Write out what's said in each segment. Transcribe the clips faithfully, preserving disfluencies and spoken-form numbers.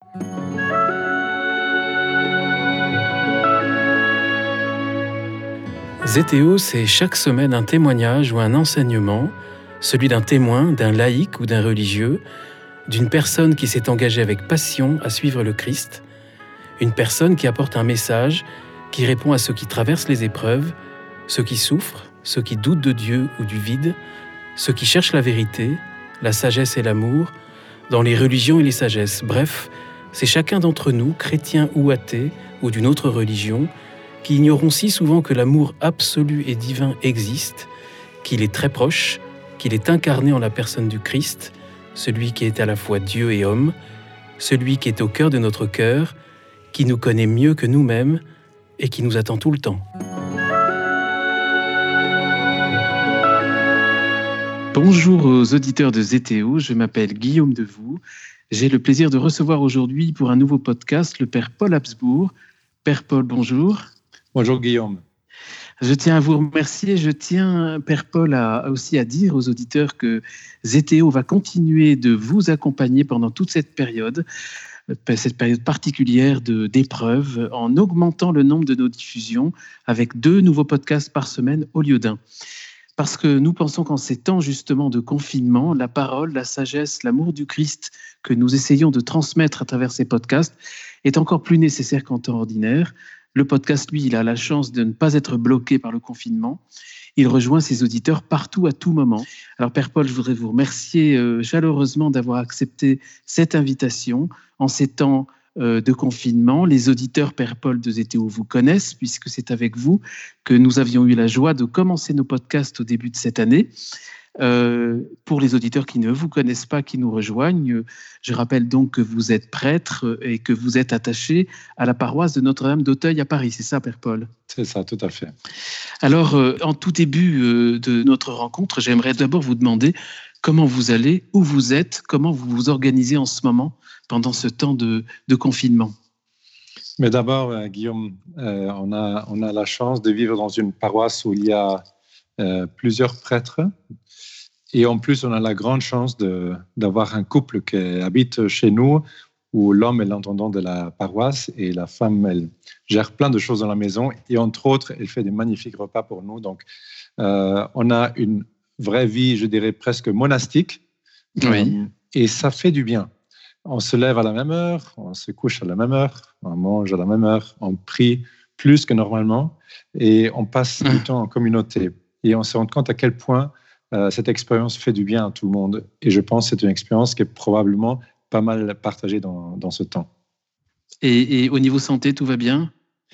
Zétéo, c'est chaque semaine un témoignage ou un enseignement, celui d'un témoin, d'un laïc ou d'un religieux, d'une personne qui s'est engagée avec passion à suivre le Christ, une personne qui apporte un message, qui répond à ceux qui traversent les épreuves, ceux qui souffrent, ceux qui doutent de Dieu ou du vide, ceux qui cherchent la vérité, la sagesse et l'amour, dans les religions et les sagesses. Bref, c'est chacun d'entre nous, chrétien ou athée, ou d'une autre religion, qui ignorons si souvent que l'amour absolu et divin existe, qu'il est très proche, qu'il est incarné en la personne du Christ, celui qui est à la fois Dieu et homme, celui qui est au cœur de notre cœur, qui nous connaît mieux que nous-mêmes et qui nous attend tout le temps. Bonjour aux auditeurs de Zétéo, je m'appelle Guillaume Devoux. J'ai le plaisir de recevoir aujourd'hui pour un nouveau podcast le Père Paul Habsbourg. Père Paul, bonjour. Bonjour Guillaume. Je tiens à vous remercier. Je tiens, Père Paul, à, aussi à dire aux auditeurs que Zétéo va continuer de vous accompagner pendant toute cette période, cette période particulière de, d'épreuves, en augmentant le nombre de nos diffusions avec deux nouveaux podcasts par semaine au lieu d'un. Parce que nous pensons qu'en ces temps justement de confinement, la parole, la sagesse, l'amour du Christ que nous essayons de transmettre à travers ces podcasts est encore plus nécessaire qu'en temps ordinaire. Le podcast, lui, il a la chance de ne pas être bloqué par le confinement. Il rejoint ses auditeurs partout, à tout moment. Alors, Père Paul, je voudrais vous remercier euh, chaleureusement d'avoir accepté cette invitation en ces temps euh, de confinement. Les auditeurs, Père Paul de Zétéo, vous connaissent, puisque c'est avec vous que nous avions eu la joie de commencer nos podcasts au début de cette année. Euh, pour les auditeurs qui ne vous connaissent pas, qui nous rejoignent, je rappelle donc que vous êtes prêtre et que vous êtes attaché à la paroisse de Notre-Dame d'Auteuil à Paris. C'est ça, Père Paul ? C'est ça, tout à fait. Alors, euh, en tout début euh, de notre rencontre, j'aimerais d'abord vous demander comment vous allez, où vous êtes, comment vous vous organisez en ce moment pendant ce temps de, de confinement. Mais d'abord, euh, Guillaume, euh, on a, on a la chance de vivre dans une paroisse où il y a euh, plusieurs prêtres. Et en plus, on a la grande chance de, d'avoir un couple qui habite chez nous, où l'homme est l'intendant de la paroisse et la femme, elle gère plein de choses dans la maison. Et entre autres, elle fait des magnifiques repas pour nous. Donc, euh, on a une vraie vie, je dirais, presque monastique. Oui. Euh, et ça fait du bien. On se lève à la même heure, on se couche à la même heure, on mange à la même heure, on prie plus que normalement et on passe mmh. du temps en communauté. Et on se rend compte à quel point Euh, cette expérience fait du bien à tout le monde. Et je pense que c'est une expérience qui est probablement pas mal partagée dans, dans ce temps. Et, et au niveau santé, tout va bien ?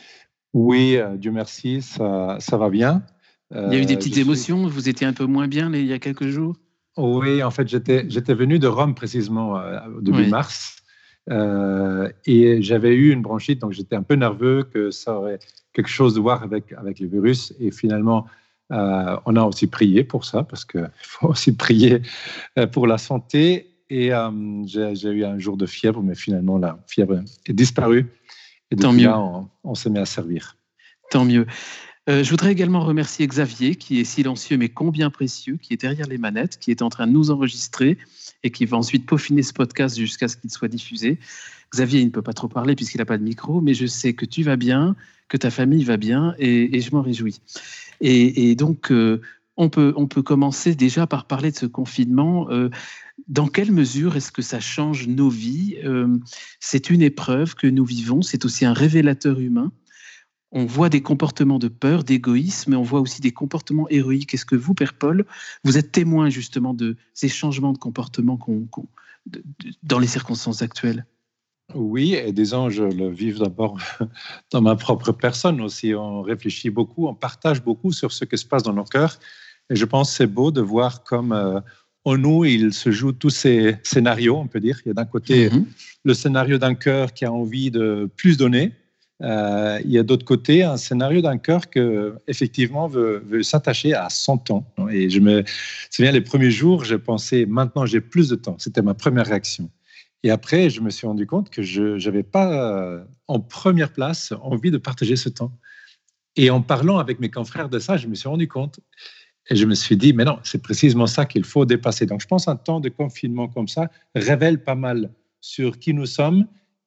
Oui, euh, Dieu merci, ça, ça va bien. Euh, il y a eu des petites émotions, suis... vous étiez un peu moins bien les, il y a quelques jours ? Oui, en fait, j'étais, j'étais venu de Rome précisément euh, au début oui. mars. Euh, et j'avais eu une bronchite, donc j'étais un peu nerveux que ça aurait quelque chose à voir avec, avec le virus. Et finalement, Euh, on a aussi prié pour ça, parce qu'il faut aussi prier euh, pour la santé. Et euh, j'ai, j'ai eu un jour de fièvre, mais finalement, la fièvre est disparue. Et depuis Tant mieux. là, on, on se met à servir. Tant mieux. Euh, je voudrais également remercier Xavier, qui est silencieux, mais combien précieux, qui est derrière les manettes, qui est en train de nous enregistrer et qui va ensuite peaufiner ce podcast jusqu'à ce qu'il soit diffusé. Xavier, il ne peut pas trop parler puisqu'il n'a pas de micro, mais je sais que tu vas bien, que ta famille va bien, et, et je m'en réjouis. Et, et donc, euh, on, peut, on peut commencer déjà par parler de ce confinement. Euh, dans quelle mesure est-ce que ça change nos vies ? euh, C'est une épreuve que nous vivons, c'est aussi un révélateur humain. On voit des comportements de peur, d'égoïsme, mais on voit aussi des comportements héroïques. Est-ce que vous, Père Paul, vous êtes témoin justement de ces changements de comportement qu'on, qu'on, de, de, dans les circonstances actuelles ? Oui, et des anges le vivent d'abord dans ma propre personne aussi. On réfléchit beaucoup, on partage beaucoup sur ce qui se passe dans nos cœurs. Et je pense que c'est beau de voir comme euh, en nous, il se joue tous ces scénarios, on peut dire. Il y a d'un côté mm-hmm. le scénario d'un cœur qui a envie de plus donner. Euh, il y a d'autre côté un scénario d'un cœur qui, effectivement, veut, veut s'attacher à son temps. Et je me souviens, les premiers jours, je pensais, maintenant j'ai plus de temps. C'était ma première réaction. Et après, je me suis rendu compte que je n'avais pas, euh, en première place, envie de partager ce temps. Et en parlant avec mes confrères de ça, je me suis rendu compte. Et je me suis dit, mais non, c'est précisément ça qu'il faut dépasser. Donc, je pense qu'un temps de confinement comme ça révèle pas mal sur qui nous sommes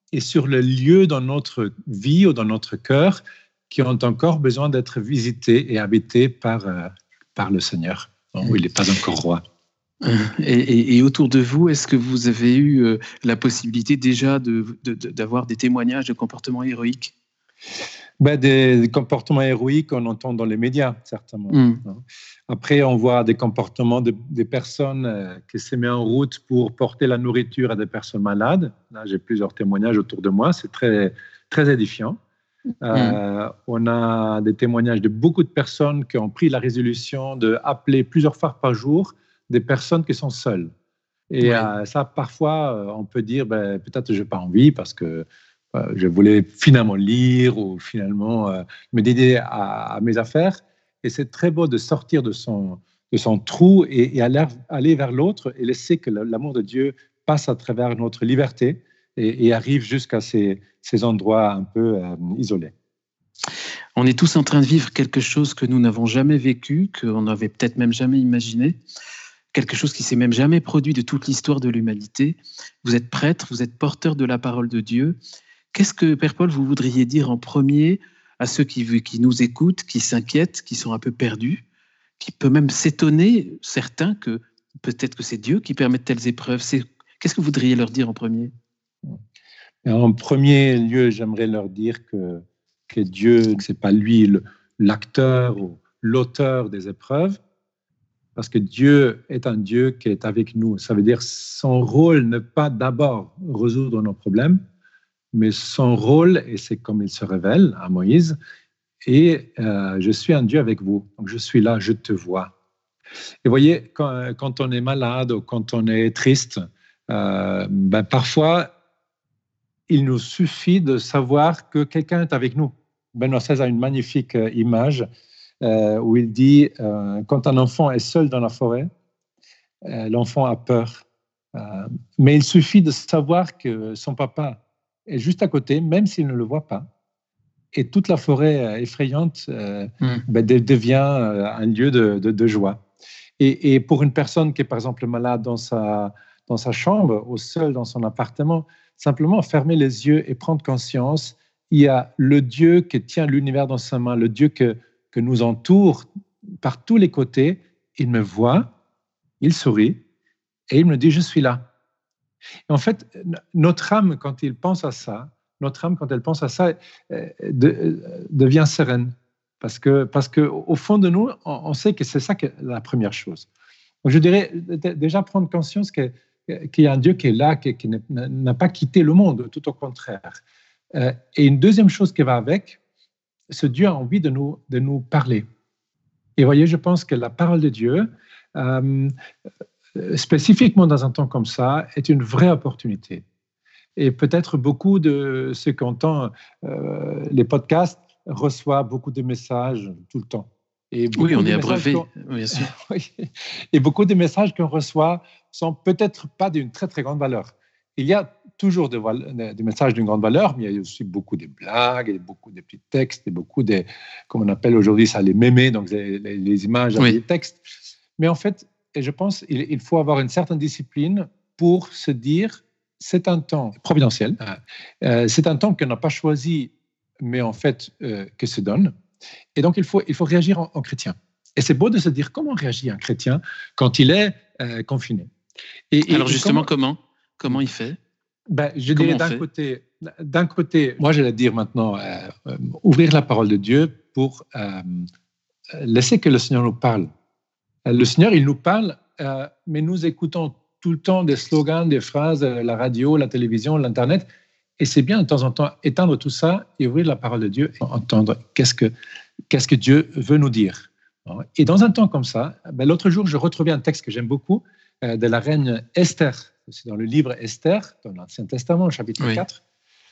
et sur le lieu dans notre vie ou dans notre cœur qui ont encore besoin d'être visités et habités par, euh, par le Seigneur, où il n'est pas encore roi. Et, et, et autour de vous, est-ce que vous avez eu euh, la possibilité déjà de, de, de, d'avoir des témoignages de comportements héroïques? Ben, des comportements héroïques, on entend dans les médias, certainement. Mm. Après, on voit des comportements de, des personnes euh, qui se mettent en route pour porter la nourriture à des personnes malades. Là, j'ai plusieurs témoignages autour de moi. C'est très, très édifiant. Euh, mm. On a des témoignages de beaucoup de personnes qui ont pris la résolution d'appeler plusieurs fois par jour des personnes qui sont seules. Et ouais. euh, ça, parfois, euh, on peut dire, ben, peut-être je n'ai pas envie parce que euh, je voulais finalement lire ou finalement euh, me dédier à, à mes affaires. Et c'est très beau de sortir de son, de son trou et, et aller, aller vers l'autre et laisser que l'amour de Dieu passe à travers notre liberté et, et arrive jusqu'à ces, ces endroits un peu euh, isolés. On est tous en train de vivre quelque chose que nous n'avons jamais vécu, qu'on n'avait peut-être même jamais imaginé. Quelque chose qui ne s'est même jamais produit de toute l'histoire de l'humanité. Vous êtes prêtre, vous êtes porteur de la parole de Dieu. Qu'est-ce que, Père Paul, vous voudriez dire en premier à ceux qui, qui nous écoutent, qui s'inquiètent, qui sont un peu perdus, qui peut même s'étonner, certains, que peut-être que c'est Dieu qui permet de telles épreuves? C'est, qu'est-ce que vous voudriez leur dire en premier? En premier lieu, j'aimerais leur dire que, que Dieu, ce n'est pas lui le, l'acteur ou l'auteur des épreuves, parce que Dieu est un Dieu qui est avec nous. Ça veut dire son rôle n'est pas d'abord résoudre nos problèmes, mais son rôle, et c'est comme il se révèle à Moïse, et euh, je suis un Dieu avec vous. Donc je suis là, je te vois. Et vous voyez, quand, quand on est malade ou quand on est triste, euh, ben parfois, il nous suffit de savoir que quelqu'un est avec nous. Benoît seize a une magnifique image Euh, où il dit euh, quand un enfant est seul dans la forêt, euh, l'enfant a peur. Euh, mais il suffit de savoir que son papa est juste à côté, même s'il ne le voit pas. Et toute la forêt effrayante euh, mm. ben, de, devient un lieu de, de, de joie. Et, et pour une personne qui est par exemple malade dans sa, dans sa chambre, ou seule dans son appartement, simplement fermer les yeux et prendre conscience, il y a le Dieu qui tient l'univers dans sa main, le Dieu que que nous entoure par tous les côtés, il me voit, il sourit et il me dit « je suis là ». Et en fait, notre âme, quand il pense à ça, notre âme, quand elle pense à ça, de, devient sereine. Parce que, parce qu'au fond de nous, on sait que c'est ça que la première chose. Donc je dirais déjà prendre conscience que, qu'il y a un Dieu qui est là, qui, qui n'a pas quitté le monde, tout au contraire. Et une deuxième chose qui va avec, ce Dieu a envie de nous, de nous parler. Et voyez, je pense que la parole de Dieu, euh, spécifiquement dans un temps comme ça, est une vraie opportunité. Et peut-être beaucoup de ceux qui entendent euh, les podcasts reçoivent beaucoup de messages tout le temps. Et oui, on est abreuvé, bien sûr. Et beaucoup de messages qu'on reçoit sont peut-être pas d'une très, très grande valeur. Il y a toujours des, des messages d'une grande valeur, mais il y a aussi beaucoup de blagues, et beaucoup de petits textes, et beaucoup de, comme on appelle aujourd'hui ça, les mémés, donc les, les, les images avec oui. les textes. Mais en fait, et je pense qu'il il faut avoir une certaine discipline pour se dire, c'est un temps providentiel, euh, c'est un temps qu'on n'a pas choisi, mais en fait, euh, que se donne. Et donc, il faut, il faut réagir en, en chrétien. Et c'est beau de se dire comment réagit un chrétien quand il est euh, confiné. Et, et Alors justement, comment, comment Comment il fait? Ben, je dirais d'un côté, d'un côté, moi j'allais dire maintenant, euh, euh, ouvrir la parole de Dieu pour euh, laisser que le Seigneur nous parle. Le Seigneur, il nous parle, euh, mais nous écoutons tout le temps des slogans, des phrases, la radio, la télévision, l'Internet. Et c'est bien de temps en temps éteindre tout ça et ouvrir la parole de Dieu et entendre qu'est-ce que, qu'est-ce que Dieu veut nous dire. Et dans un temps comme ça, ben, l'autre jour, je retrouvais un texte que j'aime beaucoup euh, de la reine Esther. C'est dans le livre Esther, dans l'Ancien Testament, chapitre oui. quatre.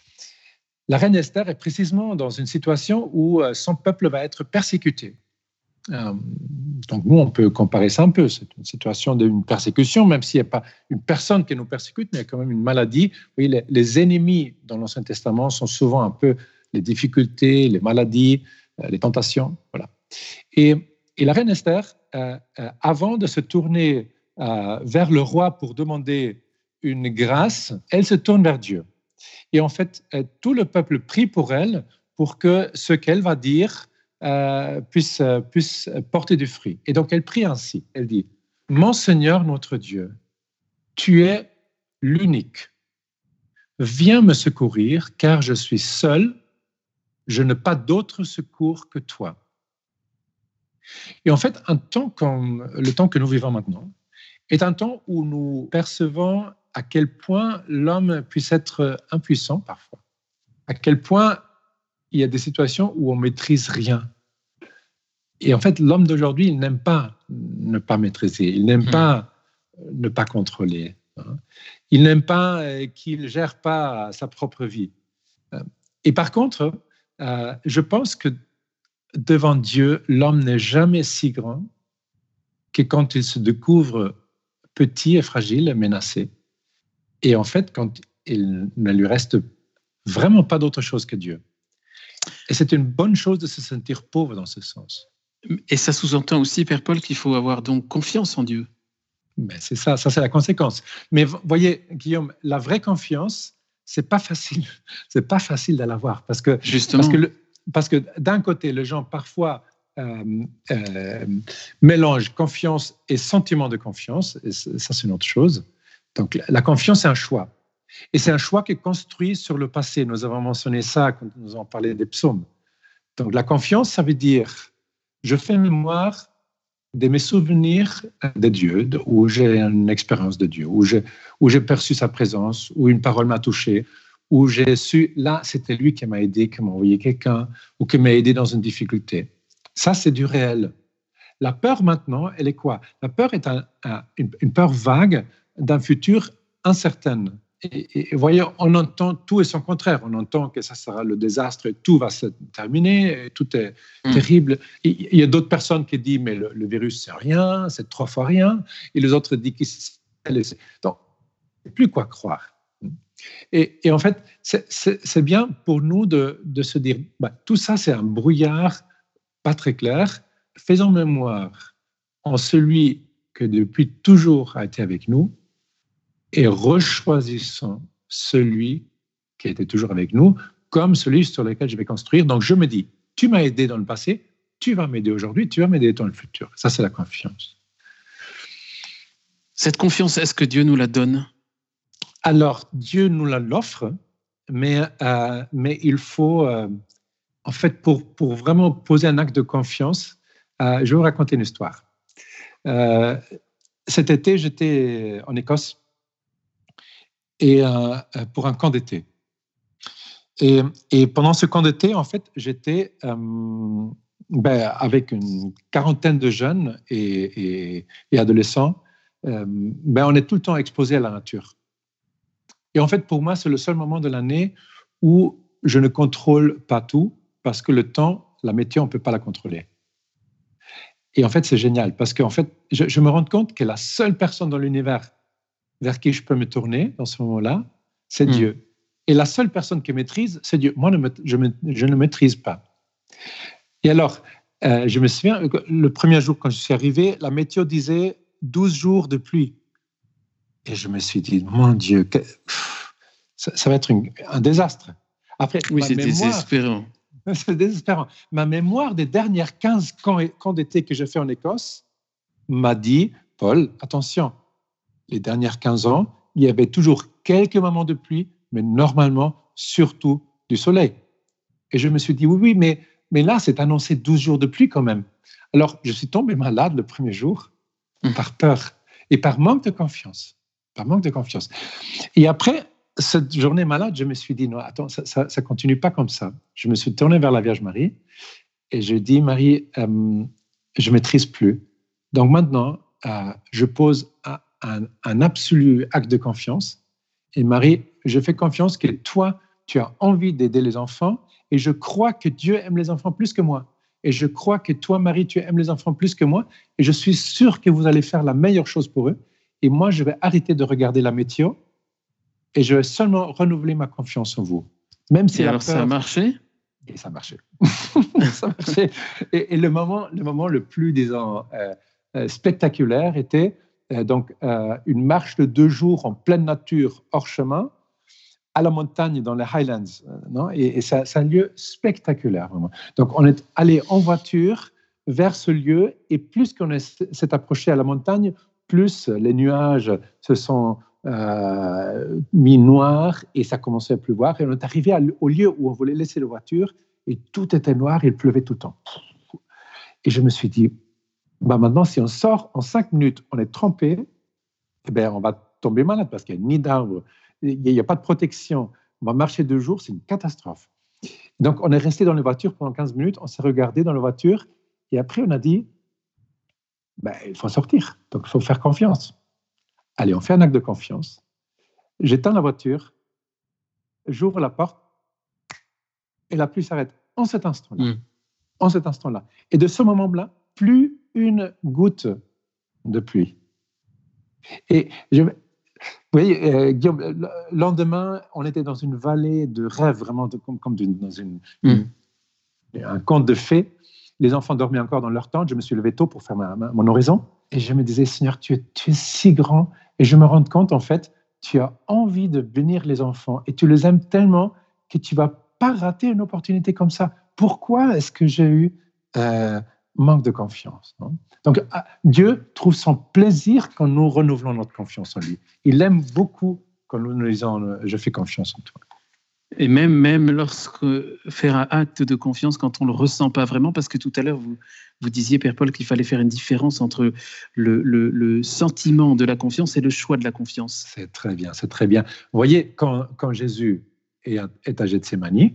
La reine Esther est précisément dans une situation où son peuple va être persécuté. Euh, donc nous, on peut comparer ça un peu. C'est une situation d'une persécution, même s'il n'y a pas une personne qui nous persécute, mais il y a quand même une maladie. Oui, les, les ennemis dans l'Ancien Testament sont souvent un peu les difficultés, les maladies, euh, les tentations. Voilà. Et, et la reine Esther, euh, euh, avant de se tourner euh, vers le roi pour demander une grâce, elle se tourne vers Dieu. Et en fait, euh, tout le peuple prie pour elle pour que ce qu'elle va dire euh, puisse, euh, puisse porter du fruit. Et donc, elle prie ainsi. Elle dit, « Mon Seigneur, notre Dieu, tu es l'unique. Viens me secourir, car je suis seul. Je n'ai pas d'autre secours que toi. » Et en fait, un temps comme le temps que nous vivons maintenant est un temps où nous percevons à quel point l'homme puisse être impuissant parfois, à quel point il y a des situations où on ne maîtrise rien. Et en fait, l'homme d'aujourd'hui, il n'aime pas ne pas maîtriser, il n'aime mmh. pas ne pas contrôler. Hein. Il n'aime pas euh, qu'il ne gère pas sa propre vie. Et par contre, euh, je pense que devant Dieu, l'homme n'est jamais si grand que quand il se découvre petit et fragile et menacé. Et en fait, quand il ne lui reste vraiment pas d'autre chose que Dieu. Et c'est une bonne chose de se sentir pauvre dans ce sens. Et ça sous-entend aussi, Père Paul, qu'il faut avoir donc confiance en Dieu. Ben c'est ça, ça c'est la conséquence. Mais voyez, Guillaume, la vraie confiance, c'est pas facile. C'est pas facile de l'avoir parce que justement, parce que, le, parce que d'un côté, les gens parfois euh, euh, mélangent confiance et sentiment de confiance. Et ça, c'est une autre chose. Donc, la confiance, c'est un choix. Et c'est un choix qui est construit sur le passé. Nous avons mentionné ça quand nous avons parlé des psaumes. Donc, la confiance, ça veut dire, je fais mémoire de mes souvenirs de Dieu, où j'ai une expérience de Dieu, où j'ai, où j'ai perçu sa présence, où une parole m'a touché, où j'ai su, là, c'était lui qui m'a aidé, qui m'a envoyé quelqu'un, ou qui m'a aidé dans une difficulté. Ça, c'est du réel. La peur, maintenant, elle est quoi? La peur est un, un, une, une peur vague d'un futur incertain. Et, et voyez, on entend tout et son contraire. On entend que ça sera le désastre, tout va se terminer, tout est mmh. terrible. Et il y a d'autres personnes qui disent, mais le, le virus, c'est rien, c'est trois fois rien. Et les autres disent que c'est... Donc, il n'y a plus quoi croire. Et, et en fait, c'est, c'est, c'est bien pour nous de, de se dire, bah, tout ça, c'est un brouillard pas très clair. Faisons mémoire en celui que depuis toujours a été avec nous, et rechoisissons celui qui était toujours avec nous comme celui sur lequel je vais construire. Donc, je me dis, tu m'as aidé dans le passé, tu vas m'aider aujourd'hui, tu vas m'aider dans le futur. Ça, c'est la confiance. Cette confiance, est-ce que Dieu nous la donne? Alors, Dieu nous l'offre, mais, euh, mais il faut, euh, en fait, pour, pour vraiment poser un acte de confiance, euh, je vais vous raconter une histoire. Euh, cet été, j'étais en Écosse, et euh, pour un camp d'été. Et, et pendant ce camp d'été, en fait, j'étais euh, ben, avec une quarantaine de jeunes et, et, et adolescents. Euh, ben, on est tout le temps exposés à la nature. Et en fait, pour moi, c'est le seul moment de l'année où je ne contrôle pas tout, parce que le temps, la météo, on ne peut pas la contrôler. Et en fait, c'est génial, parce qu'en fait, je, je me rends compte que la seule personne dans l'univers vers qui je peux me tourner dans ce moment-là, c'est mmh. Dieu. Et la seule personne qui maîtrise, c'est Dieu. Moi, je, me, je ne maîtrise pas. Et alors, euh, je me souviens, le premier jour quand je suis arrivé, la météo disait douze jours de pluie. Et je me suis dit, mon Dieu, que, pff, ça, ça va être une, un désastre. Après, oui, c'est mémoire, désespérant. C'est désespérant. Ma mémoire des dernières quinze camps d'été que j'ai fait en Écosse m'a dit, Paul, attention, les dernières quinze ans, il y avait toujours quelques moments de pluie, mais normalement, surtout du soleil. Et je me suis dit, oui, oui, mais, mais là, c'est annoncé douze jours de pluie quand même. Alors, je suis tombé malade le premier jour mmh. par peur et par manque de confiance. Par manque de confiance. Et après, cette journée malade, je me suis dit, non, attends, ça ne continue pas comme ça. Je me suis tourné vers la Vierge Marie et je dis, Marie, euh, je ne maîtrise plus. Donc maintenant, euh, je pose un Un, un absolu acte de confiance. Et Marie, je fais confiance que toi, tu as envie d'aider les enfants et je crois que Dieu aime les enfants plus que moi. Et je crois que toi, Marie, tu aimes les enfants plus que moi et je suis sûr que vous allez faire la meilleure chose pour eux. Et moi, je vais arrêter de regarder la météo et je vais seulement renouveler ma confiance en vous. Même si et alors, peur... ça a marché? Et ça a marché. ça a marché. Et, et le, moment, le moment le plus, disons, euh, euh, spectaculaire était donc, euh, une marche de deux jours en pleine nature, hors chemin, à la montagne, dans les Highlands. Non, et, et c'est, c'est un lieu spectaculaire, vraiment. Donc, on est allé en voiture vers ce lieu, et plus qu'on est, s'est approché à la montagne, plus les nuages se sont euh, mis noirs et ça commençait à pleuvoir. Et on est arrivé à, au lieu où on voulait laisser la voiture et tout était noir et il pleuvait tout le temps. Et je me suis dit, bah maintenant, si on sort en cinq minutes, on est trempé, eh ben, on va tomber malade parce qu'il n'y a ni d'arbres, il n'y a pas de protection. On va marcher deux jours, c'est une catastrophe. Donc, on est resté dans la voiture pendant quinze minutes, on s'est regardé dans la voiture et après, on a dit, ben, il faut sortir, donc il faut faire confiance. Allez, on fait un acte de confiance. J'éteins la voiture, j'ouvre la porte et la pluie s'arrête en cet instant-là. Mmh. En cet instant-là. Et de ce moment-là, plus une goutte de pluie. Et je, vous voyez, euh, Guillaume, le lendemain, on était dans une vallée de rêve, vraiment de, comme, comme d'une, dans une, mmh. une, un conte de fées. Les enfants dormaient encore dans leur tente. Je me suis levé tôt pour faire ma, ma, mon oraison. Et je me disais, Seigneur, tu es, tu es si grand. Et je me rends compte, en fait, tu as envie de bénir les enfants et tu les aimes tellement que tu ne vas pas rater une opportunité comme ça. Pourquoi est-ce que j'ai eu euh, manque de confiance, non? Donc, Dieu trouve son plaisir quand nous renouvelons notre confiance en lui. Il aime beaucoup quand nous nous disons « je fais confiance en toi ». Et même, même lorsque faire un acte de confiance quand on ne le ressent pas vraiment, parce que tout à l'heure, vous, vous disiez, Père Paul, qu'il fallait faire une différence entre le, le, le sentiment de la confiance et le choix de la confiance. C'est très bien, c'est très bien. Vous voyez, quand, quand Jésus est à, est à Gethsémani,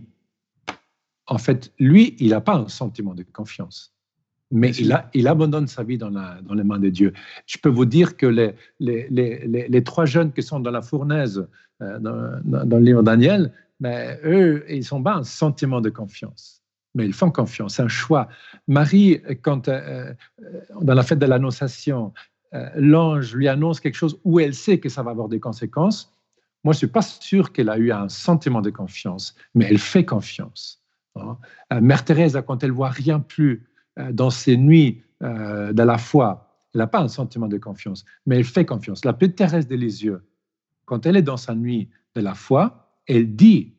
en fait, lui, il n'a pas un sentiment de confiance, mais il, a, il abandonne sa vie dans, la, dans les mains de Dieu. Je peux vous dire que les, les, les, les, les trois jeunes qui sont dans la fournaise, euh, dans, dans, dans le livre Daniel, mais eux, ils n'ont pas un sentiment de confiance, mais ils font confiance, c'est un choix. Marie, quand, euh, dans la fête de l'Annonciation, euh, l'ange lui annonce quelque chose où elle sait que ça va avoir des conséquences, moi, je ne suis pas sûr qu'elle a eu un sentiment de confiance, mais elle fait confiance. Hein. Euh, Mère Thérèse, quand elle ne voit rien plus euh, dans ses nuits euh, de la foi, elle n'a pas un sentiment de confiance, mais elle fait confiance. La petite Thérèse de Lisieux, quand elle est dans sa nuit de la foi, elle dit,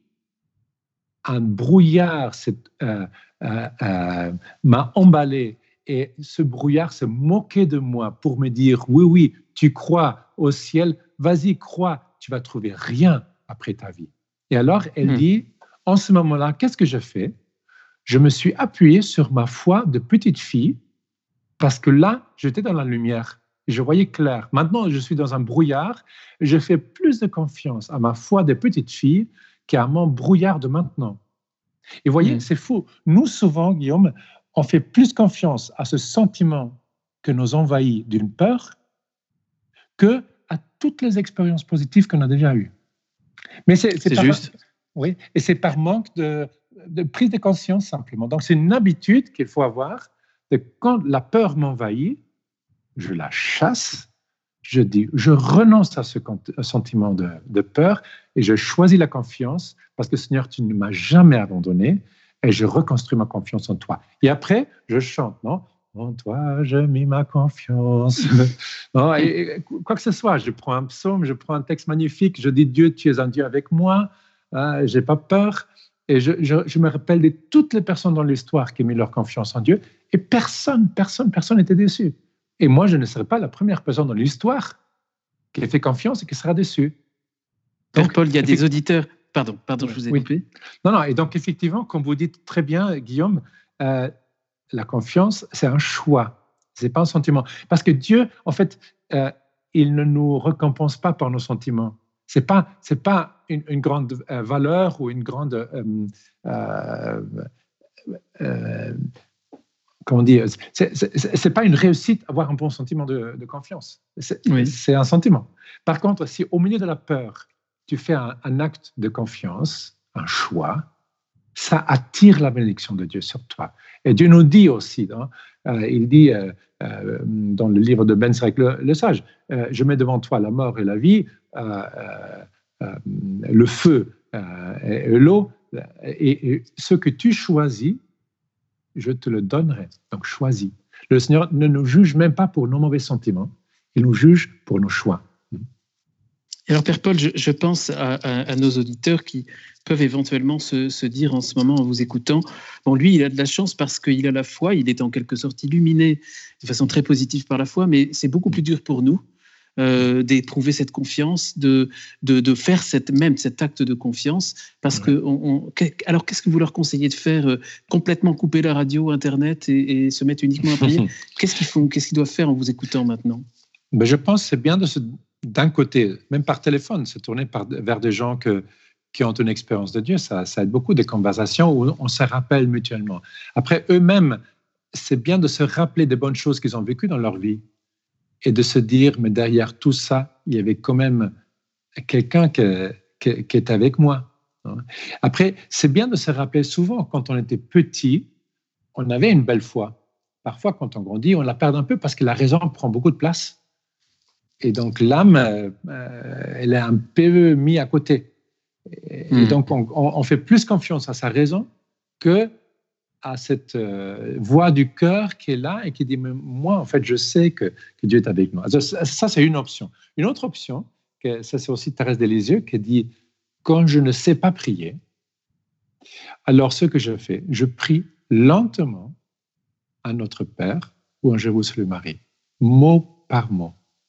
un brouillard euh, euh, euh, m'a emballé et ce brouillard se moquait de moi pour me dire, oui, oui, tu crois au ciel, vas-y, crois, tu vas trouver rien après ta vie. Et alors, elle mmh. dit, en ce moment-là, qu'est-ce que je fais? Je me suis appuyé sur ma foi de petite fille parce que là, j'étais dans la lumière. Je voyais clair. Maintenant, je suis dans un brouillard. Je fais plus de confiance à ma foi de petite fille qu'à mon brouillard de maintenant. Et vous voyez, mmh. c'est fou. Nous, souvent, Guillaume, on fait plus confiance à ce sentiment que nous envahit d'une peur que à toutes les expériences positives qu'on a déjà eues. Mais c'est, c'est, c'est par, juste. Oui, et c'est par manque de, de prise de conscience simplement. Donc, c'est une habitude qu'il faut avoir de quand la peur m'envahit, je la chasse, je dis, je renonce à ce sentiment de, de peur et je choisis la confiance parce que Seigneur, tu ne m'as jamais abandonné et je reconstruis ma confiance en toi. Et après, je chante, non? En toi, je mets ma confiance. Non, et, et, quoi que ce soit, je prends un psaume, je prends un texte magnifique, je dis, Dieu, tu es un Dieu avec moi, hein, j'ai pas peur. Et je, je, je me rappelle de toutes les personnes dans l'histoire qui ont mis leur confiance en Dieu et personne, personne, personne n'était déçu. Et moi, je ne serai pas la première personne dans l'histoire qui a fait confiance et qui sera déçue. Père Paul, il y a des auditeurs... Pardon, pardon, je vous ai oui. coupé. Non, non, et donc effectivement, comme vous dites très bien, Guillaume, euh, la confiance, c'est un choix, c'est pas un sentiment. Parce que Dieu, en fait, euh, il ne nous récompense pas par nos sentiments. C'est pas, c'est pas une, une grande euh, valeur ou une grande... Euh, euh, euh, comment dire, c'est, c'est, c'est pas une réussite avoir un bon sentiment de, de confiance. C'est, oui. c'est un sentiment. Par contre, si au milieu de la peur, tu fais un, un acte de confiance, un choix, ça attire la bénédiction de Dieu sur toi. Et Dieu nous dit aussi, hein, euh, il dit euh, euh, dans le livre de Ben Sirach le, le sage, euh, je mets devant toi la mort et la vie, euh, euh, le feu euh, et l'eau, et, et ce que tu choisis, je te le donnerai. Donc, choisis. Le Seigneur ne nous juge même pas pour nos mauvais sentiments. Il nous juge pour nos choix. Alors, Père Paul, je, je pense à, à, à nos auditeurs qui peuvent éventuellement se, se dire en ce moment en vous écoutant, bon, lui, il a de la chance parce qu'il a la foi, il est en quelque sorte illuminé de façon très positive par la foi, mais c'est beaucoup plus dur pour nous euh, d'éprouver cette confiance, de, de, de faire cette, même cet acte de confiance, parce ouais. que, on, on, alors qu'est-ce que vous leur conseillez de faire euh, complètement couper la radio, Internet et, et se mettre uniquement à prier? Qu'est-ce qu'ils font, qu'est-ce qu'ils doivent faire en vous écoutant maintenant? Ben, je pense que c'est bien de se, d'un côté, même par téléphone, se tourner par, vers des gens que, qui ont une expérience de Dieu. Ça, ça aide beaucoup, des conversations où on se rappelle mutuellement. Après, eux-mêmes, c'est bien de se rappeler des bonnes choses qu'ils ont vécues dans leur vie et de se dire, mais derrière tout ça, il y avait quand même quelqu'un qui, qui, qui était avec moi. Après, c'est bien de se rappeler souvent, quand on était petit, on avait une belle foi. Parfois, quand on grandit, on la perd un peu parce que la raison prend beaucoup de place. Et donc, l'âme, euh, elle est un peu mise à côté. Et, mmh. et donc, on, on fait plus confiance à sa raison que à cette euh, voix du cœur qui est là et qui dit, mais moi, en fait, je sais que, que Dieu est avec moi. Ça, ça, c'est une option. Une autre option, que, ça c'est aussi Thérèse des Lisieux, qui dit, quand je ne sais pas prier, alors ce que je fais, je prie lentement à notre Père ou à Je vous salue Marie, mot par mot.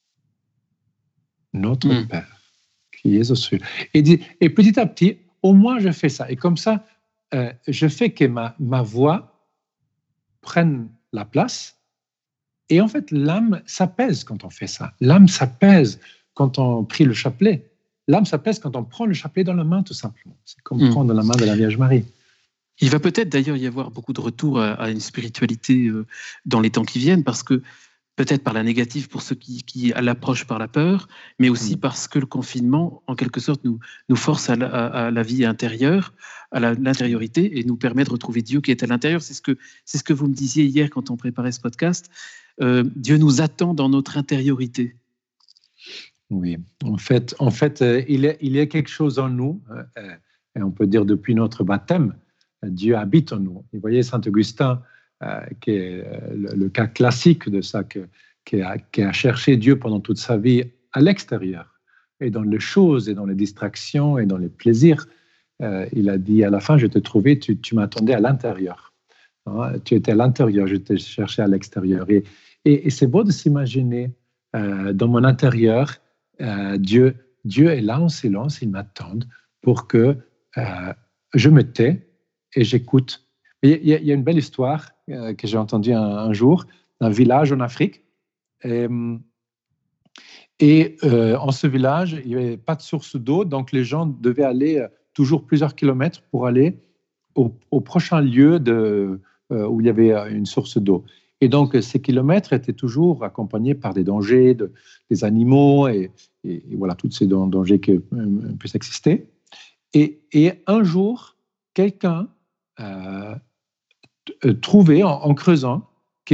Notre mmh. Père, qui est aux cieux. Et, et petit à petit, au moins je fais ça. Et comme ça, euh, je fais que ma, ma voix prenne la place. Et en fait, l'âme s'apaise quand on fait ça. L'âme s'apaise quand on prie le chapelet. L'âme s'apaise quand on prend le chapelet dans la main, tout simplement. C'est comme mmh. prendre la main de la Vierge Marie. Il va peut-être d'ailleurs y avoir beaucoup de retours à, à une spiritualité euh, dans les temps qui viennent, parce que peut-être par la négative pour ceux qui, qui l'approchent par la peur, mais aussi mmh. parce que le confinement, en quelque sorte, nous, nous force à la, à, à la vie intérieure, à la, l'intériorité, et nous permet de retrouver Dieu qui est à l'intérieur. C'est ce que, c'est ce que vous me disiez hier quand on préparait ce podcast. Euh, Dieu nous attend dans notre intériorité. Oui, en fait, en fait euh, il, est, il y a quelque chose en nous, euh, et on peut dire depuis notre baptême, Dieu habite en nous. Vous voyez, Saint Augustin, euh, qui est le, le cas classique de ça, que, qui, a, qui a cherché Dieu pendant toute sa vie à l'extérieur, et dans les choses, et dans les distractions, et dans les plaisirs. Euh, il a dit à la fin, je t'ai trouvé, tu, tu m'attendais à l'intérieur. Hein, tu étais à l'intérieur, je t'ai cherché à l'extérieur. Et, et, et c'est beau de s'imaginer euh, dans mon intérieur, euh, Dieu, Dieu est là en silence, il m'attend pour que euh, je me tais et j'écoute. Il y, a, il y a une belle histoire euh, que j'ai entendue un, un jour d'un village en Afrique. Et, et euh, en ce village, il n'y avait pas de source d'eau, donc les gens devaient aller euh, toujours plusieurs kilomètres pour aller au, au prochain lieu de, euh, où il y avait une source d'eau. Et donc, ces kilomètres étaient toujours accompagnés par des dangers, de, des animaux et, et, et voilà, tous ces dangers qui euh, puissent exister. Et, et un jour, quelqu'un euh, trouvé en, en creusant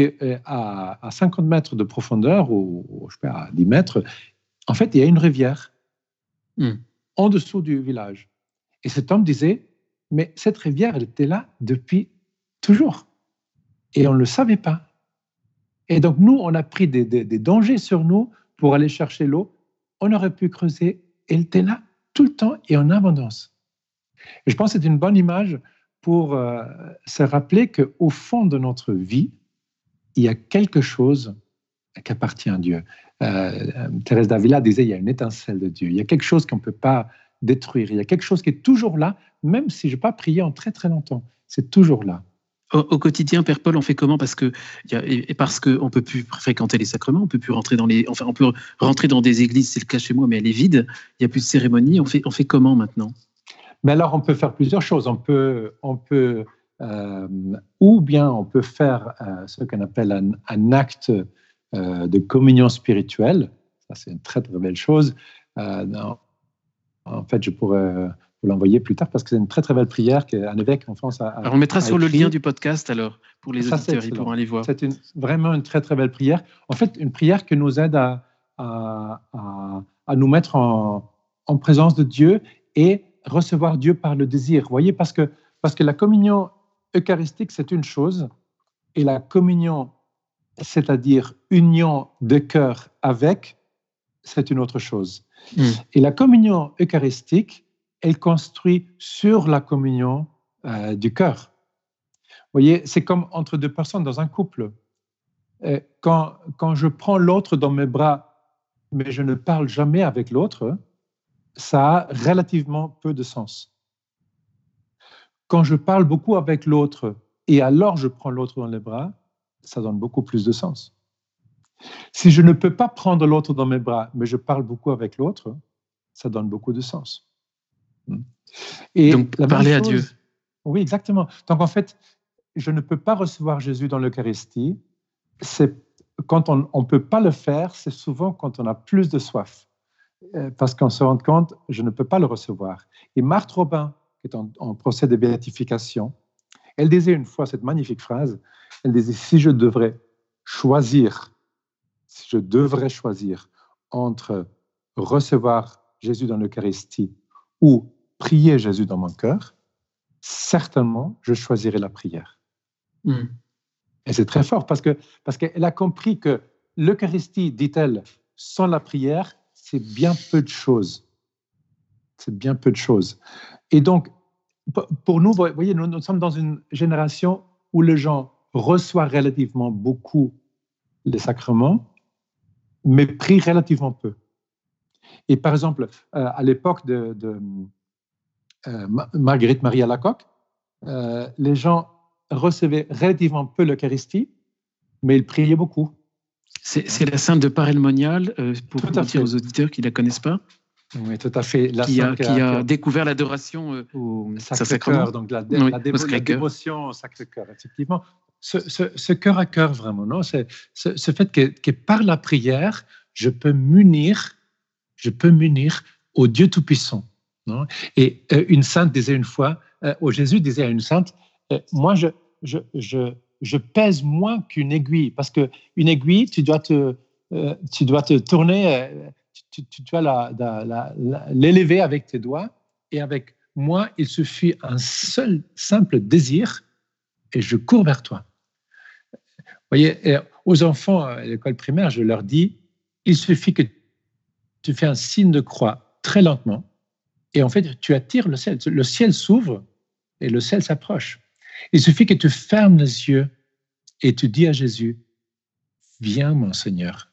qu'à à cinquante mètres de profondeur ou, ou je sais pas, à dix mètres, en fait, il y a une rivière mm. en dessous du village. Et cet homme disait, mais cette rivière, elle était là depuis toujours. Et on ne le savait pas. Et donc, nous, on a pris des, des, des dangers sur nous pour aller chercher l'eau. On aurait pu creuser, elle était là tout le temps et en abondance. Et je pense que c'est une bonne image pour euh, se rappeler qu'au fond de notre vie, il y a quelque chose qui appartient à Dieu. Euh, Thérèse d'Avila disait, il y a une étincelle de Dieu. Il y a quelque chose qu'on ne peut pas détruire. Il y a quelque chose qui est toujours là, même si je n'ai pas prié en très, très longtemps. C'est toujours là. Au, au quotidien, Père Paul, on fait comment? Parce que y a, et parce qu'on ne peut plus fréquenter les sacrements, on peut plus rentrer dans les, enfin, on peut rentrer dans des églises, c'est le cas chez moi, mais elle est vide. Il n'y a plus de cérémonie. On fait, on fait comment maintenant? Mais alors, on peut faire plusieurs choses. On peut, on peut euh, ou bien on peut faire euh, ce qu'on appelle un, un acte euh, de communion spirituelle. Ça, c'est une très, très belle chose. Euh, non, en fait, je pourrais vous l'envoyer plus tard parce que c'est une très, très belle prière qu'un évêque en France a, a Alors, on mettra a sur écrit. le lien du podcast, alors, pour les Ça, auditeurs, ils pourront aller voir. C'est une, vraiment une très, très belle prière. En fait, une prière qui nous aide à, à, à, à nous mettre en, en présence de Dieu et recevoir Dieu par le désir. Vous voyez, parce que, parce que la communion eucharistique, c'est une chose, et la communion, c'est-à-dire union de cœur avec, c'est une autre chose. Mm. Et la communion eucharistique, elle construit sur la communion euh, du cœur. Vous voyez, c'est comme entre deux personnes dans un couple. Euh, quand, quand je prends l'autre dans mes bras, mais je ne parle jamais avec l'autre, ça a relativement peu de sens. Quand je parle beaucoup avec l'autre et alors je prends l'autre dans les bras, ça donne beaucoup plus de sens. Si je ne peux pas prendre l'autre dans mes bras, mais je parle beaucoup avec l'autre, ça donne beaucoup de sens. Et donc, parler à Dieu. Oui, exactement. Donc, en fait, je ne peux pas recevoir Jésus dans l'Eucharistie. C'est, quand on ne peut pas le faire, c'est souvent quand on a plus de soif. Parce qu'on se rend compte, je ne peux pas le recevoir. Et Marthe Robin, qui est en, en procès de béatification, elle disait une fois cette magnifique phrase, elle disait, si je devrais choisir, si je devrais choisir entre recevoir Jésus dans l'Eucharistie ou prier Jésus dans mon cœur, certainement, je choisirais la prière. Mm. Et c'est très fort parce que parce qu'elle a compris que l'Eucharistie, dit-elle, sans la prière, c'est bien peu de choses. C'est bien peu de choses. Et donc, pour nous, vous voyez, nous, nous sommes dans une génération où les gens reçoivent relativement beaucoup les sacrements, mais prient relativement peu. Et par exemple, euh, à l'époque de, de euh, Marguerite Marie Alacoque, euh, les gens recevaient relativement peu l'Eucharistie, mais ils priaient beaucoup. C'est, c'est la sainte de Paray-le-Monial, euh, pour, pour dire aux auditeurs qui ne la connaissent pas. Oui, tout à fait. La qui a, qui a, a découvert l'adoration euh, au Sacré-Cœur, donc la, oui, la, dévo- Sacré la dévotion au Sacré-Cœur, effectivement. Ce, ce, ce cœur à cœur, vraiment, non? C'est, ce, ce fait que, que par la prière, je peux m'unir, je peux m'unir au Dieu Tout-Puissant. Non? Et euh, une sainte disait une fois, euh, oh, Jésus disait à une sainte, euh, moi, je, je, je, je pèse moins qu'une aiguille, parce qu'une aiguille, tu dois te, euh, tu dois te tourner... Euh, Tu, tu, tu vas la, la, la, la, l'élever avec tes doigts, et avec moi, il suffit un seul simple désir, et je cours vers toi. Vous voyez, aux enfants à l'école primaire, je leur dis, il suffit que tu fais un signe de croix très lentement, et en fait, tu attires le ciel. Le ciel s'ouvre, et le ciel s'approche. Il suffit que tu fermes les yeux, et tu dis à Jésus, viens mon Seigneur.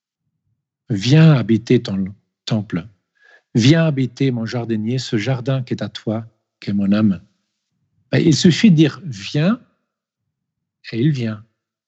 Viens habiter ton temple. Viens habiter mon jardinier, ce jardin qui est à toi, qui est mon âme. Il suffit de dire « viens » et il vient.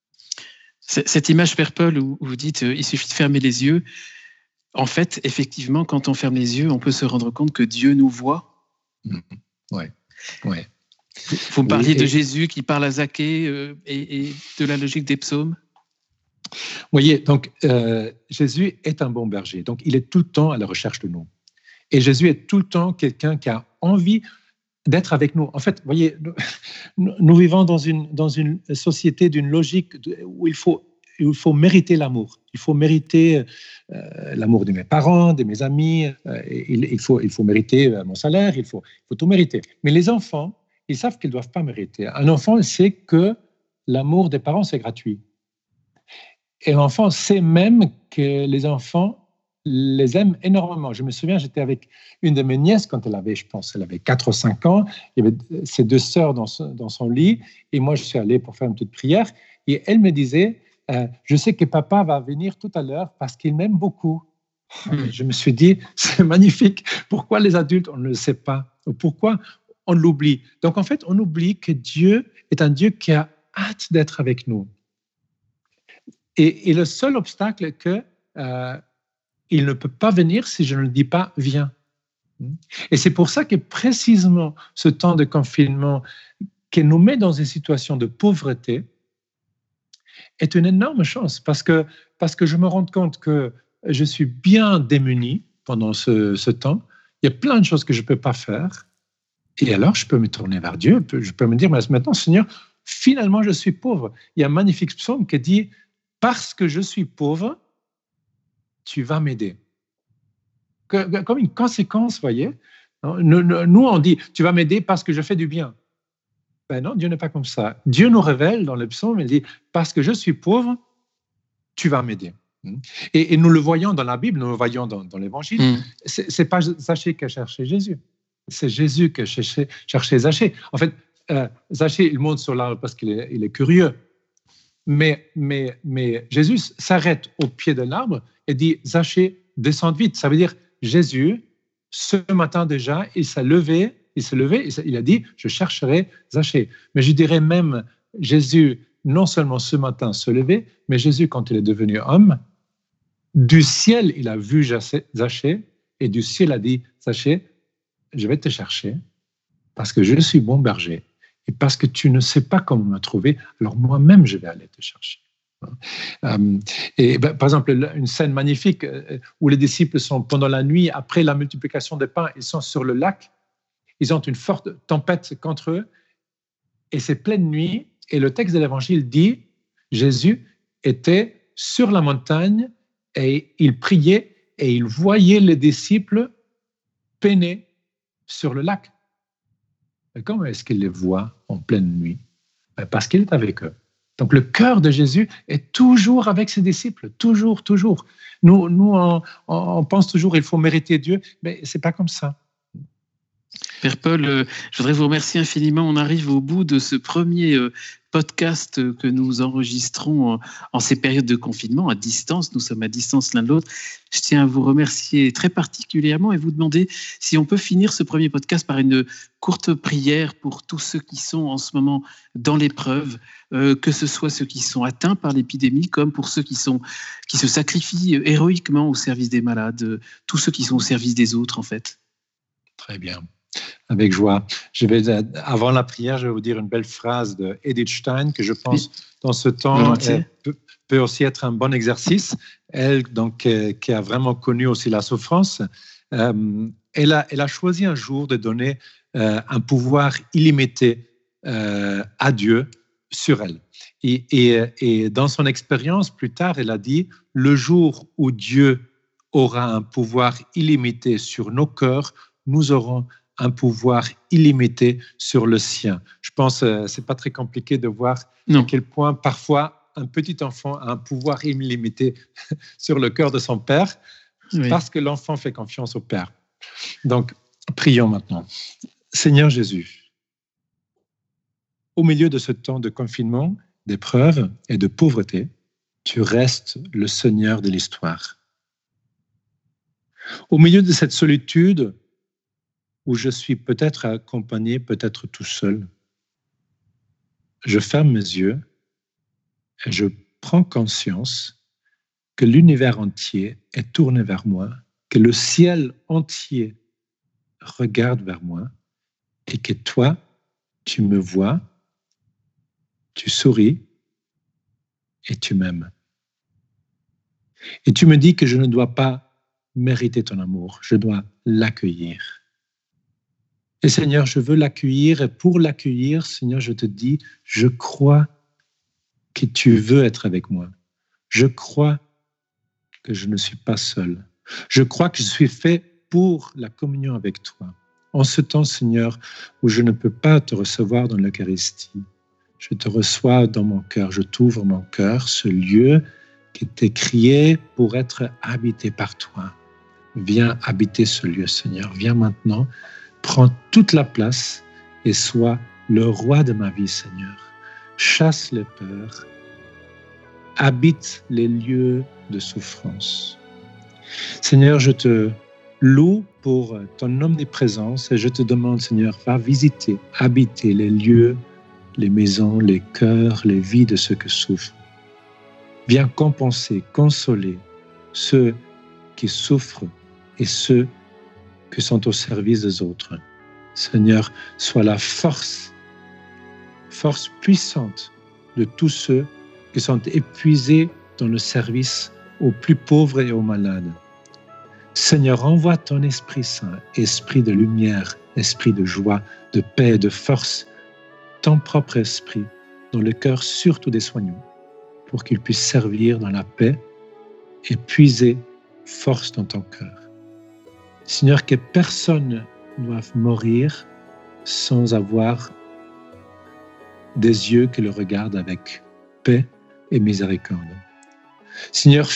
Cette image, Père Paul, où vous dites euh, « il suffit de fermer les yeux », en fait, effectivement, quand on ferme les yeux, on peut se rendre compte que Dieu nous voit. Mmh. Ouais, ouais. Vous me parliez oui, et... de Jésus qui parle à Zaché euh, et, et de la logique des psaumes. Vous voyez, donc euh, Jésus est un bon berger, donc il est tout le temps à la recherche de nous. Et Jésus est tout le temps quelqu'un qui a envie d'être avec nous. En fait, vous voyez, nous, nous vivons dans une, dans une société d'une logique où il faut, où il faut mériter l'amour. Il faut mériter euh, l'amour de mes parents, de mes amis, euh, il, il, faut, il faut mériter mon salaire, il faut, il faut tout mériter. Mais les enfants, ils savent qu'ils ne doivent pas mériter. Un enfant sait que l'amour des parents, c'est gratuit. Et l'enfant sait même que les enfants les aiment énormément. Je me souviens, j'étais avec une de mes nièces quand elle avait, je pense, elle avait quatre ou cinq ans. Il y avait ses deux sœurs dans, ce, dans son lit. Et moi, je suis allé pour faire une petite prière. Et elle me disait, euh, je sais que papa va venir tout à l'heure parce qu'il m'aime beaucoup. Mmh. Je me suis dit, c'est magnifique. Pourquoi les adultes, on ne le sait pas? Pourquoi on l'oublie? Donc, en fait, on oublie que Dieu est un Dieu qui a hâte d'être avec nous. Et, et le seul obstacle est que euh, il ne peut pas venir si je ne le dis pas « viens ». Et c'est pour ça que précisément ce temps de confinement qui nous met dans une situation de pauvreté est une énorme chance parce que, parce que je me rends compte que je suis bien démuni pendant ce, ce temps. Il y a plein de choses que je ne peux pas faire. Et alors, je peux me tourner vers Dieu. Je peux me dire, mais maintenant, Seigneur, finalement, je suis pauvre. Il y a un magnifique psaume qui dit « Parce que je suis pauvre, tu vas m'aider ». Comme une conséquence, vous voyez. Nous, on dit « Tu vas m'aider parce que je fais du bien ». Ben non, Dieu n'est pas comme ça. Dieu nous révèle dans le psaume, il dit « Parce que je suis pauvre, tu vas m'aider ». Et, et nous le voyons dans la Bible, nous le voyons dans, dans l'Évangile. Mm. Ce n'est pas Zachée qui a cherché Jésus. C'est Jésus qui a cherché, cherché Zachée. En fait, euh, Zachée, il monte sur l'arbre parce qu'il est, il est curieux. Mais, mais, mais Jésus s'arrête au pied de l'arbre et dit « Zachée, descends vite ». Ça veut dire Jésus, ce matin déjà, il s'est levé, il s'est levé, il a dit « Je chercherai Zachée ». Mais je dirais même Jésus, non seulement ce matin se lever, mais Jésus, quand il est devenu homme, du ciel, il a vu Zachée et du ciel a dit « Zachée, je vais te chercher parce que je suis bon berger et parce que tu ne sais pas comment me trouver, alors moi-même, je vais aller te chercher. » Euh, et ben, par exemple, une scène magnifique où les disciples sont pendant la nuit, après la multiplication des pains, ils sont sur le lac, ils ont une forte tempête contre eux et c'est pleine nuit et le texte de l'Évangile dit Jésus était sur la montagne et il priait et il voyait les disciples peiner sur le lac. Et comment est-ce qu'il les voit en pleine nuit? Parce qu'il est avec eux. Donc le cœur de Jésus est toujours avec ses disciples, toujours, toujours. Nous, nous on, on pense toujours qu'il faut mériter Dieu, mais ce n'est pas comme ça. Père Paul, euh, je voudrais vous remercier infiniment. On arrive au bout de ce premier euh, podcast euh, que nous enregistrons en, en ces périodes de confinement, à distance. Nous sommes à distance l'un de l'autre. Je tiens à vous remercier très particulièrement et vous demander si on peut finir ce premier podcast par une courte prière pour tous ceux qui sont en ce moment dans l'épreuve, euh, que ce soit ceux qui sont atteints par l'épidémie, comme pour ceux qui, sont, qui se sacrifient héroïquement au service des malades, euh, tous ceux qui sont au service des autres, en fait. Très bien. Avec joie. Je vais, avant la prière, je vais vous dire une belle phrase de Edith Stein que je pense, dans ce temps, peut, peut aussi être un bon exercice. Elle, donc, qui a vraiment connu aussi la souffrance, euh, elle, a, elle a choisi un jour de donner euh, un pouvoir illimité euh, à Dieu sur elle. Et, et, et dans son expérience, plus tard, elle a dit « Le jour où Dieu aura un pouvoir illimité sur nos cœurs, nous aurons un pouvoir illimité sur le sien. » Je pense que euh, ce n'est pas très compliqué de voir non. à quel point parfois un petit enfant a un pouvoir illimité sur le cœur de son père oui. parce que l'enfant fait confiance au père. Donc, prions maintenant. Seigneur Jésus, au milieu de ce temps de confinement, d'épreuves et de pauvreté, tu restes le Seigneur de l'histoire. Au milieu de cette solitude, où je suis peut-être accompagné, peut-être tout seul, je ferme mes yeux et je prends conscience que l'univers entier est tourné vers moi, que le ciel entier regarde vers moi et que toi, tu me vois, tu souris et tu m'aimes. Et tu me dis que je ne dois pas mériter ton amour, je dois l'accueillir. Et Seigneur, je veux l'accueillir et pour l'accueillir, Seigneur, je te dis, je crois que tu veux être avec moi. Je crois que je ne suis pas seul. Je crois que je suis fait pour la communion avec toi. En ce temps, Seigneur, où je ne peux pas te recevoir dans l'Eucharistie, je te reçois dans mon cœur, je t'ouvre mon cœur, ce lieu qui t'est créé pour être habité par toi. Viens habiter ce lieu, Seigneur. Viens maintenant. Prends toute la place et sois le roi de ma vie, Seigneur. Chasse les peurs, habite les lieux de souffrance. Seigneur, je te loue pour ton omniprésence et je te demande, Seigneur, va visiter, habiter les lieux, les maisons, les cœurs, les vies de ceux qui souffrent. Viens compenser, consoler ceux qui souffrent et ceux qui sont au service des autres. Seigneur, sois la force, force puissante de tous ceux qui sont épuisés dans le service aux plus pauvres et aux malades. Seigneur, envoie ton Esprit Saint, Esprit de lumière, Esprit de joie, de paix et de force, ton propre Esprit dans le cœur surtout des soignants, pour qu'ils puissent servir dans la paix et puiser force dans ton cœur. Seigneur, que personne ne doive mourir sans avoir des yeux qui le regardent avec paix et miséricorde. Seigneur,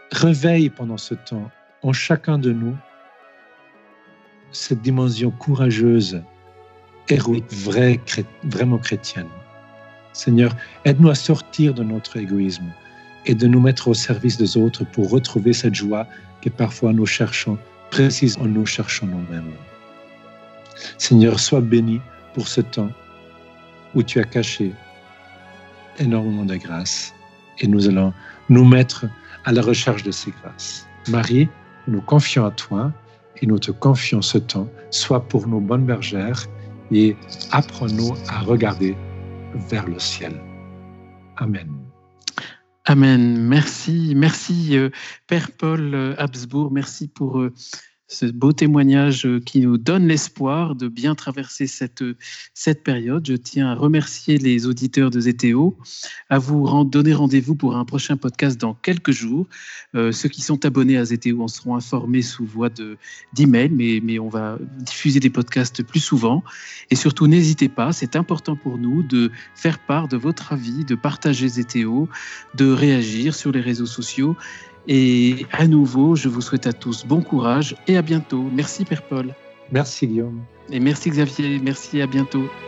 réveille pendant ce temps en chacun de nous cette dimension courageuse, héroïque, vraie, vraiment chrétienne. Seigneur, aide-nous à sortir de notre égoïsme et de nous mettre au service des autres pour retrouver cette joie que parfois nous cherchons, précisément nous cherchons nous-mêmes. Seigneur, sois béni pour ce temps où tu as caché énormément de grâce et nous allons nous mettre à la recherche de ces grâces. Marie, nous confions à toi et nous te confions ce temps, sois pour nous bonne bergère et apprends-nous à regarder vers le ciel. Amen. Amen. Merci, merci euh, Père Paul euh, Habsbourg, merci pour euh, ce beau témoignage qui nous donne l'espoir de bien traverser cette, cette période. Je tiens à remercier les auditeurs de Zétéo, à vous donner rendez-vous pour un prochain podcast dans quelques jours. Euh, ceux qui sont abonnés à Zétéo en seront informés sous voie de, d'email, mais, mais on va diffuser des podcasts plus souvent. Et surtout, n'hésitez pas, c'est important pour nous de faire part de votre avis, de partager Zétéo, de réagir sur les réseaux sociaux. Et à nouveau, je vous souhaite à tous bon courage et à bientôt. Merci Père Paul. Merci Guillaume. Et merci Xavier, merci, à bientôt.